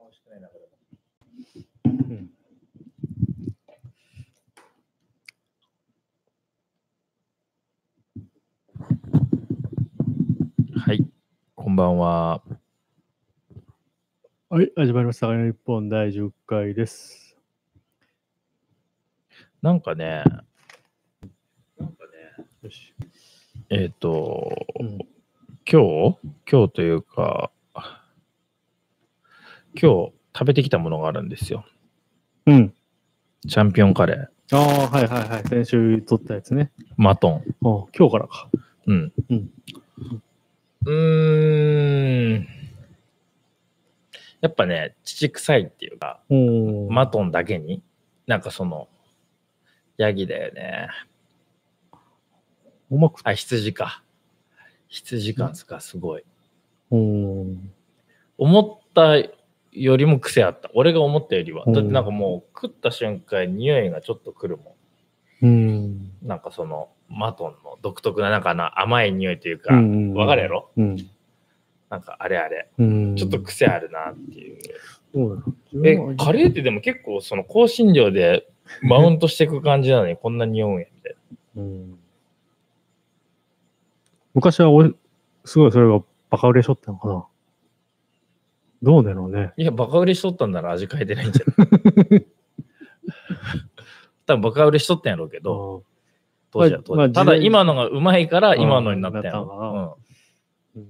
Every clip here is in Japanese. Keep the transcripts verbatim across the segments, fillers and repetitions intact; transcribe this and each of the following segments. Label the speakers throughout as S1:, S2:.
S1: 美味しくないな、これ。
S2: うん、
S1: はい、こんばんは。
S2: はい、始まりました。日本だいじゅっかいです。
S1: なんかね、なんかね、
S2: よし。
S1: えっ、ー、と、
S2: うん、
S1: 今日今日というか、今日食べてきたものがあるんですよ。
S2: うん。
S1: チャンピオンカレー。
S2: ああ、はいはいはい。先週撮ったやつね。
S1: マトン。
S2: あ今日からか。
S1: うん。
S2: うん。
S1: うーん。やっぱね、乳臭いっていうか、マトンだけに、なんかその、ヤギだよね。
S2: うまく
S1: あ、羊か。羊感がすごい。
S2: うん。
S1: 思ったよりも癖あった。俺が思ったよりは。だってなんかもう食った瞬間匂いがちょっとくるもん。
S2: うん。
S1: なんかそのマトンの独特ななんかな甘い匂いというか、わかるやろ？
S2: うん。
S1: なんかあれあれ。
S2: うん。
S1: ちょっと癖あるなっていう。
S2: そう
S1: え、カレーってでも結構その香辛料でマウントしていく感じなのにこんな匂うんやみたいな。うん、
S2: 昔はおすごいそれがバカ売れしとったのかな。どうだろうね。
S1: いや、バカ売れしとったんなら味変えてないんじゃない多分バカ売れしとったんやろうけど、当時は当時、まあ、ただ今のがうまいから今のになったんやろ。うん、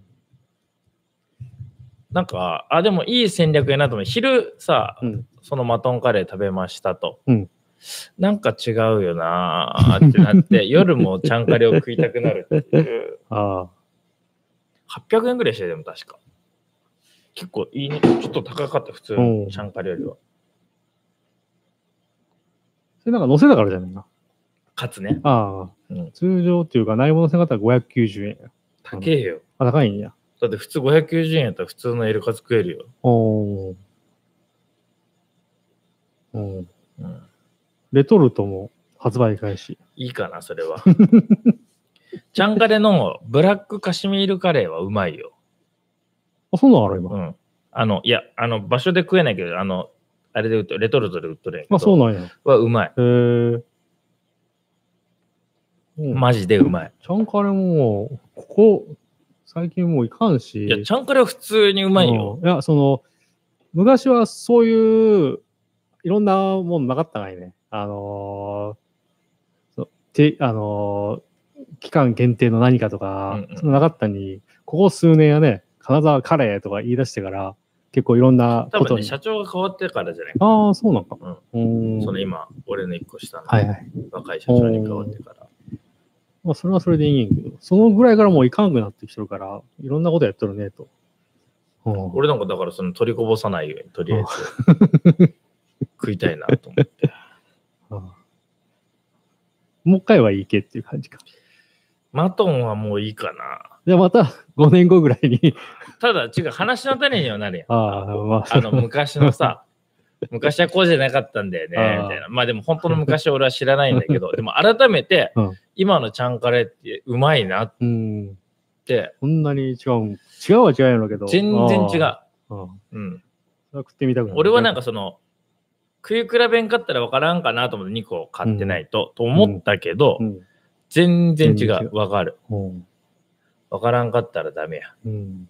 S1: なんか、あ、でもいい戦略やなと思う。昼さ、うん、そのマトンカレー食べましたと。うん、なんか違うよなーってなって、夜もちゃんカレーを食いたくなるっていう。あはっぴゃくえんぐらいしてでも確か。結構いいね。ちょっと高かった、普通のちゃんカレーよりは。
S2: それなんか乗せたからじゃないな。
S1: かつね。
S2: ああ、うん、通常っていうか、内も乗せ方はごひゃくきゅうじゅうえんや。
S1: 高えよ。
S2: あ、高いんや。
S1: だって普通ごひゃくきゅうじゅうえんやったら普通のエルカツ食えるよ。おー。うん。うん、
S2: レトルトも発売開始。
S1: いいかな、それは。ちゃんカレーのブラックカシミールカレーはうまいよ。
S2: あ、そんなのある今。
S1: うん。あの、いや、あの、場所で食えないけど、あの、あれで売っとレトルトで売っとるんやけど。
S2: あ、そうなんや。
S1: はうまい。へえ。マジでうまい。
S2: ちゃんカレーも、ここ、最近もういかんし。
S1: いや、ちゃんカレーは普通にうまいよ。
S2: いや、その、昔はそういう、いろんなものなかったがいね。あのー、てあのー、期間限定の何かとか、うんうん、そのなかったに、ここ数年はね、金沢カレーとか言い出してから、結構いろんなことに。
S1: 多分ね、社長が変わってからじゃないか
S2: な。ああ、そうなんか。
S1: うん。その今、俺の一個下の若い社長に変わってから。
S2: まあ、それはそれでいいんやけど、そのぐらいからもういかんくなってきてるから、いろんなことやっとるね、と。
S1: 俺なんかだからその取りこぼさないように、とりあえず食いたいなと思って。
S2: もう一回はいいけっていう感じか。
S1: マトンはもういいかな。
S2: じゃあまたごねんごぐらいに
S1: ただ、違う、話の種にはなるやん。
S2: あ、ま
S1: あの、昔のさ、昔はこうじゃなかったんだよね、みたいな。まあでも本当の昔は俺は知らないんだけど、でも改めて、今のちゃんカレーってうまいなって。
S2: こんなに違う、違うは違うんだけど。
S1: 全然違う。うん。
S2: 食ってみたくなる。
S1: 俺はなんかその、食い比べんかったら分からんかなと思ってにこ買ってないと、と思ったけど、全然違う。分かる。分からんかったらダメや。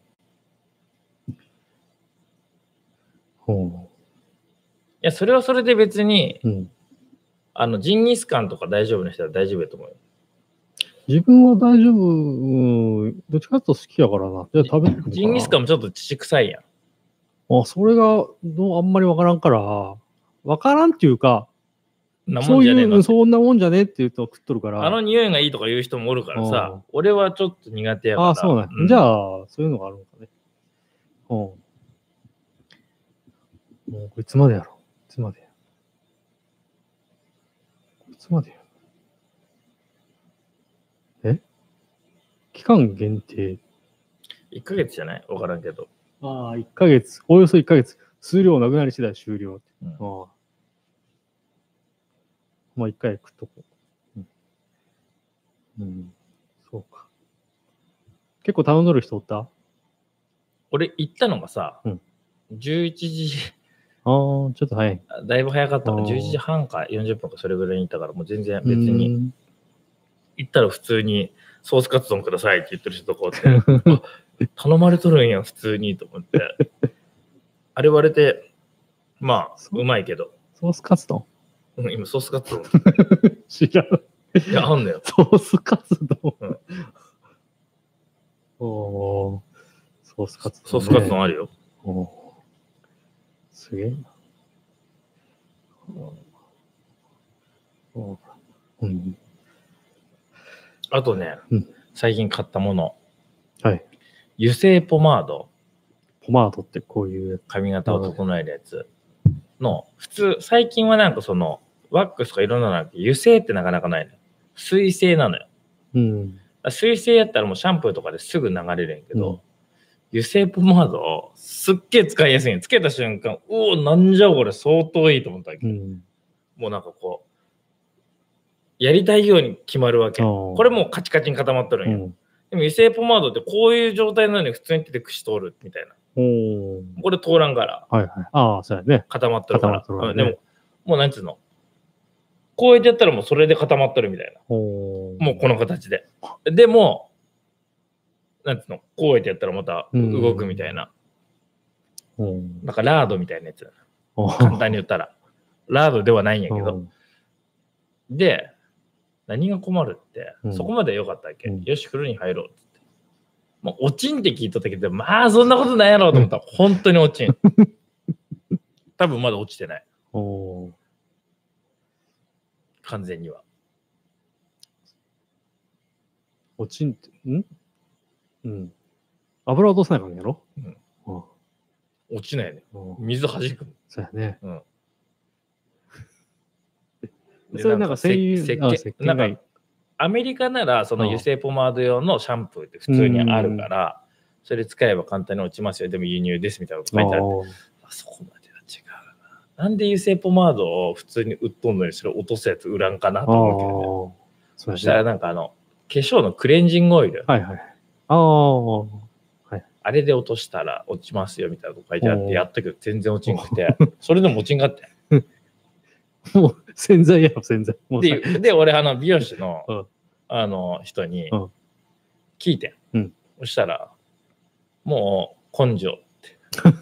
S1: いや、それはそれで別に、うん、あの、ジンギスカンとか大丈夫な人は大丈夫だと思うよ。
S2: 自分は大丈夫、うん、どっちかというと好きやからな。じゃあ食べて
S1: ジンギスカンもちょっと乳臭いや
S2: ん。あ、それがどうあんまりわからんから、わからんっていうか、
S1: な
S2: もんじゃねえのそういう、そんなもんじゃねえって言うと食っとるから。
S1: あの匂いがいいとか言う人もおるからさ、俺はちょっと苦手やから。
S2: あ、そうなん、うん、じゃあ、そういうのがあるのかね。うん。もういつまでやろういつまでやいつまでやえ期間限定
S1: いっかげつじゃないわからんけど。
S2: ああ、いっかげつ。およそいっかげつ。数量なくなり次第終了。うん、ああまあ、いっかい食っとこう、うん。うん。そうか。結構頼んどる人おった？
S1: 俺行ったのがさ、うん、じゅういちじ
S2: ああ、ちょっと早い。
S1: だいぶ早かったの。じゅういちじはんかよんじゅっぷんかそれぐらいに行ったから、もう全然別に。行ったら普通にソースカツ丼くださいって言ってる人とかおって、頼まれとるんや、普通にと思って。あれ割れて、まあ、うまいけど。
S2: ソースカツ丼
S1: うん、今ソースカツ丼。
S2: 知らん。
S1: いや、あんのよ。
S2: ソースカツ丼。うん、おー、ソースカツ丼、ね。
S1: ソースカツ丼あるよ。
S2: おー、すげえな。おー、うん、
S1: あとね、うん、最近買ったもの。
S2: はい。
S1: 油性ポマード。
S2: ポマードってこういう
S1: 髪型を整えるやつの、普通、最近はなんかその、ワックスとかいろんなのあるけど、油性ってなかなかないのよ。水性なのよ。
S2: うん、
S1: 水性やったらもうシャンプーとかですぐ流れるんやけど、うん、油性ポマード、すっげえ使いやすいん。つけた瞬間、おお、なんじゃこれ相当いいと思ったわけ、うん。もうなんかこう、やりたいように決まるわけ。これもうカチカチに固まっとるんよ。うん、でも油性ポマードってこういう状態なのに普通に手で串通るみたいな。これ通らんから。
S2: はいはい。ああ、そうやね。
S1: 固まっとるから。ね、でも、もうなんつうの。こうやってやったらもうそれで固まっとるみたいな。もうこの形で。でも、なんつうの、こうやってやったらまた動くみたいな。なんかラードみたいなやつだな。簡単に言ったら。ラードではないんやけど。で、何が困るって、そこまで良かったっけ、うん、よし、風呂に入ろうって。もう落ちんって聞いとったけど、まあそんなことないやろうと思ったら、本当に落ちん。多分まだ落ちてない。お完全には。
S2: 落ちんって、んうん。油落とさないからやろ、うん、
S1: ああ落ちないね。水弾く。
S2: そうやね。うん。それなんか石鹸、
S1: なんかアメリカならその油性ポマード用のシャンプーって普通にあるから、それ使えば簡単に落ちますよ。でも輸入ですみたいなこと書いてある。あそこまでは違うな。なんで油性ポマードを普通に売っとんのにそれ落とすやつ売らんかなと思うけどね。そしたらなんかあの化粧のクレンジングオイル。
S2: はいはい。ああ。はい、
S1: あれで落としたら落ちますよみたいなこと書いてあってやったけど全然落ちんくて、それでも落ちんかって。
S2: もう洗剤やろ洗剤。
S1: で、で俺あの美容師の、うん、あの人に聞いて、うん、そしたらもう根性って。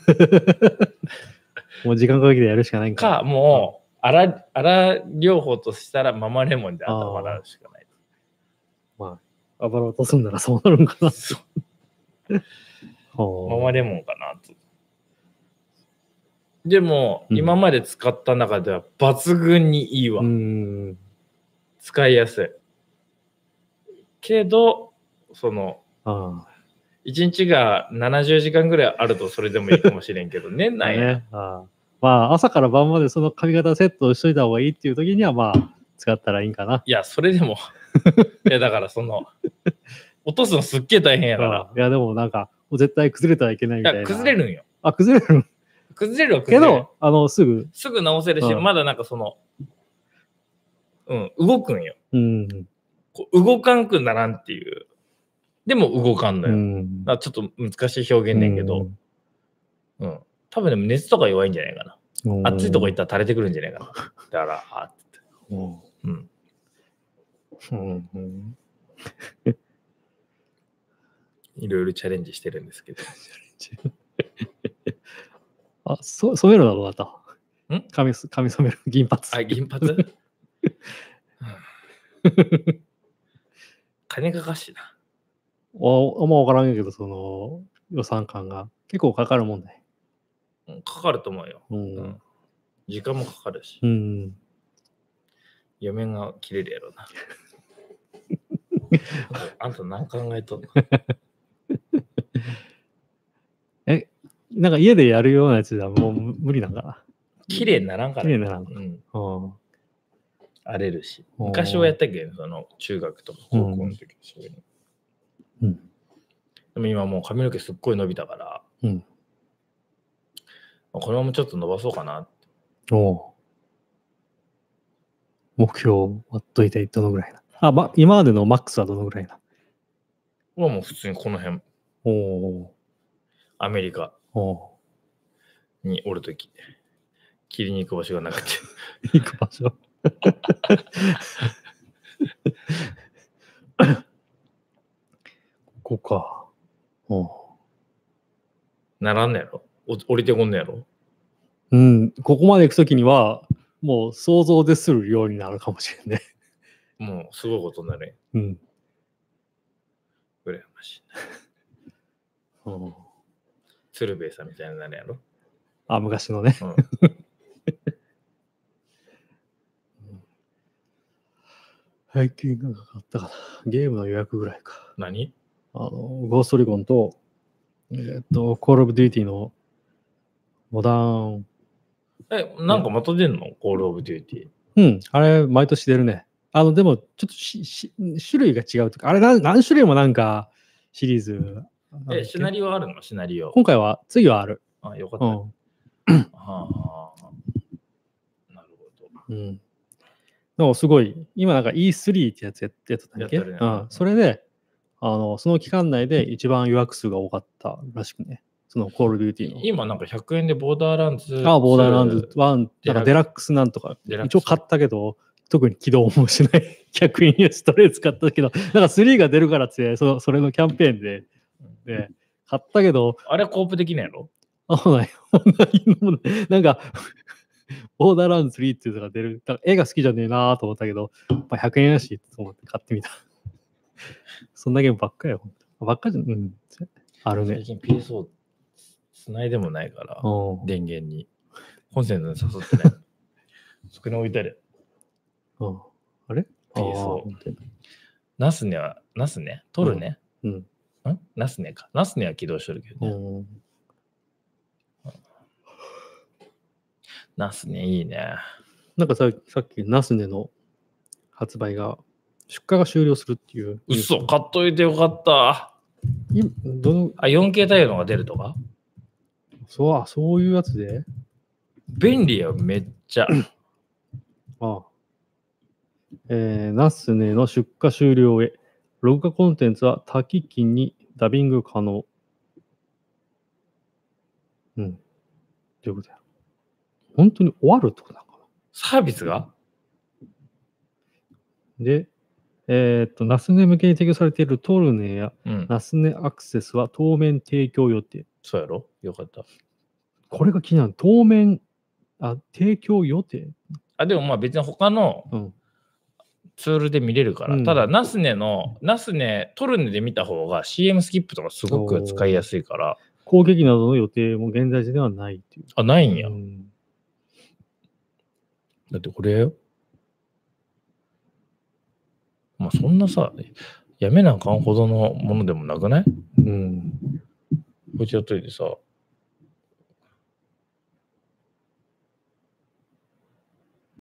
S2: もう時間かけてやるしかないんか。
S1: かもうあらあら療法としたらママレモンで頭洗うしかない。
S2: まあ油落とすんならそうなるんかな。
S1: ママレモンかなと。でも、うん、今まで使った中では抜群にいいわ。うん使いやすい。けど、その、いちにちがななじゅうじかんぐらいあるとそれでもいいかもしれんけど、年内や、ね。
S2: あまあ、朝から晩までその髪型セットをしといた方がいいっていう時には、まあ、使ったらいいんかな。
S1: いや、それでも、いや、だからその、落とすのすっげえ大変やから。
S2: いや、でもなんか、もう絶対崩れたらいけないみたいな。
S1: いや、崩れるんよ。
S2: あ、崩れるん
S1: 崩れるわ、崩れる。
S2: けど、あの、すぐ。
S1: すぐ直せるし、うん、まだなんかその、うん、動くんよ。うん、こう動かんくならんっていう。でも動かんのよ。うん、だちょっと難しい表現ねんけど、うん、うん。多分でも熱とか弱いんじゃないかな。うん、暑いとこ行ったら垂れてくるんじゃないかな。だから、あって。うん。うんうん、いろいろチャレンジしてるんですけど。
S2: あ、そ染めるのどうだったん髪髪染める銀髪。
S1: あ、銀髪金かかしな。
S2: あ、あんま分からんけど、その予算感が結構かかるもんね。
S1: かかると思うよ。うんうん、時間もかかるし。うん、嫁が切れるやろな。あんた何考えとんの
S2: え、なんか家でやるようなやつではもう無理なんかな。
S1: 綺麗にならんから。
S2: 綺麗にならんか。
S1: うん。荒れるし。昔はやったけど、その中学とか高校の時そういうの。うん。でも今もう髪の毛すっごい伸びたから、うん。このままちょっと伸ばそうかなって。おお。
S2: 目標はどいたいどのぐらいな。あ、ま、今までのマックスはどのぐらいな。
S1: はもう普通にこの辺。おお。アメリカにおるとき。 切りに行く場所がなくて。
S2: 行く場所。ここか。うん。
S1: ならんのやろ？降りてこんのやろ？
S2: うん。ここまで行くときには、もう想像でするようになるかもしれんね。
S1: もうすごいことになる。
S2: うん。
S1: 羨ましい
S2: な。うん。
S1: 鶴瓶さんみたいになるやろ？
S2: あ、昔のね。うん最近なんか買ったかな。ゲームの予約ぐらいか。
S1: 何？
S2: あの、ゴーストリゴンと、えーっと、コールオブデューティーのモダン。
S1: え、なんかまた出んの？コールオブデューティー。
S2: うん、あれ、毎年出るね。あの、でも、ちょっとしし種類が違うとか、あれ何、何種類もなんかシリーズ。
S1: え、シナリオあるの？シナリオ。
S2: 今回は、次はある。
S1: あ、よかった。うん、はあ、なるほど。
S2: うん。でもすごい、今なんか イースリー ってやつやってたんだっけ？ね、うん。それで、あの、その期間内で一番予約数が多かったらしくね。そのコールデューティーの。
S1: 今なんかひゃくえんでボーダーランズ。
S2: ああ、ボーダーランズワン、なんかデラックスなんとか。一応買ったけど、特に起動もしないひゃくえんやし、とりあえず買ったけど、なんかスリーが出るからって、そのそれのキャンペーンで、で、買ったけど。
S1: あれコープできないやろ？
S2: あ、そうなんや。なんか、ボーダーランズスリーっていうのが出る。だから絵が好きじゃねえなーと思ったけど、まあ、ひゃくえんやしと思って買ってみた。そんなゲームばっかりよ。ばっかりじゃ、うん。あるね。
S1: 最近 ピーエスフォー 繋いでもないから、電源に。コンセントに誘ってね。そこに置いてある。
S2: あれ
S1: ピーエスフォー。ナスネは、ナスネ取るね。
S2: うん。
S1: んナスネか。ナスネは起動してるけどね。ナスネいいね。
S2: なんかさ、さっきナスネの発売が、出荷が終了するっていう。
S1: 嘘、買っといてよかった。
S2: どの
S1: あ、よんケー 対応のが出るとか？
S2: そう、そういうやつで
S1: 便利よ、めっちゃ。
S2: ああ。えー、ナスネの出荷終了へ。録画コンテンツは多機器にダビング可能。うん。ということや。本当に終わるってことなのかな？
S1: サービスが？
S2: で、えー、っと、ナスネ向けに提供されているトルネや、
S1: うん、
S2: ナスネアクセスは当面提供予定。
S1: そうやろ？よかった。
S2: これが気になる。当面、あ、提供予定？
S1: あ、でもまあ別に他のツールで見れるから。うん、ただ、ナスネの、ナスネ、トルネで見た方が シーエム スキップとかすごく使いやすいから。
S2: 攻撃などの予定も現在時ではないっていう。
S1: あ、ないんや。うん、だってこれよ。まあそんなさ、やめなあかんほどのものでもなくない？うん。こっちやっといてさ、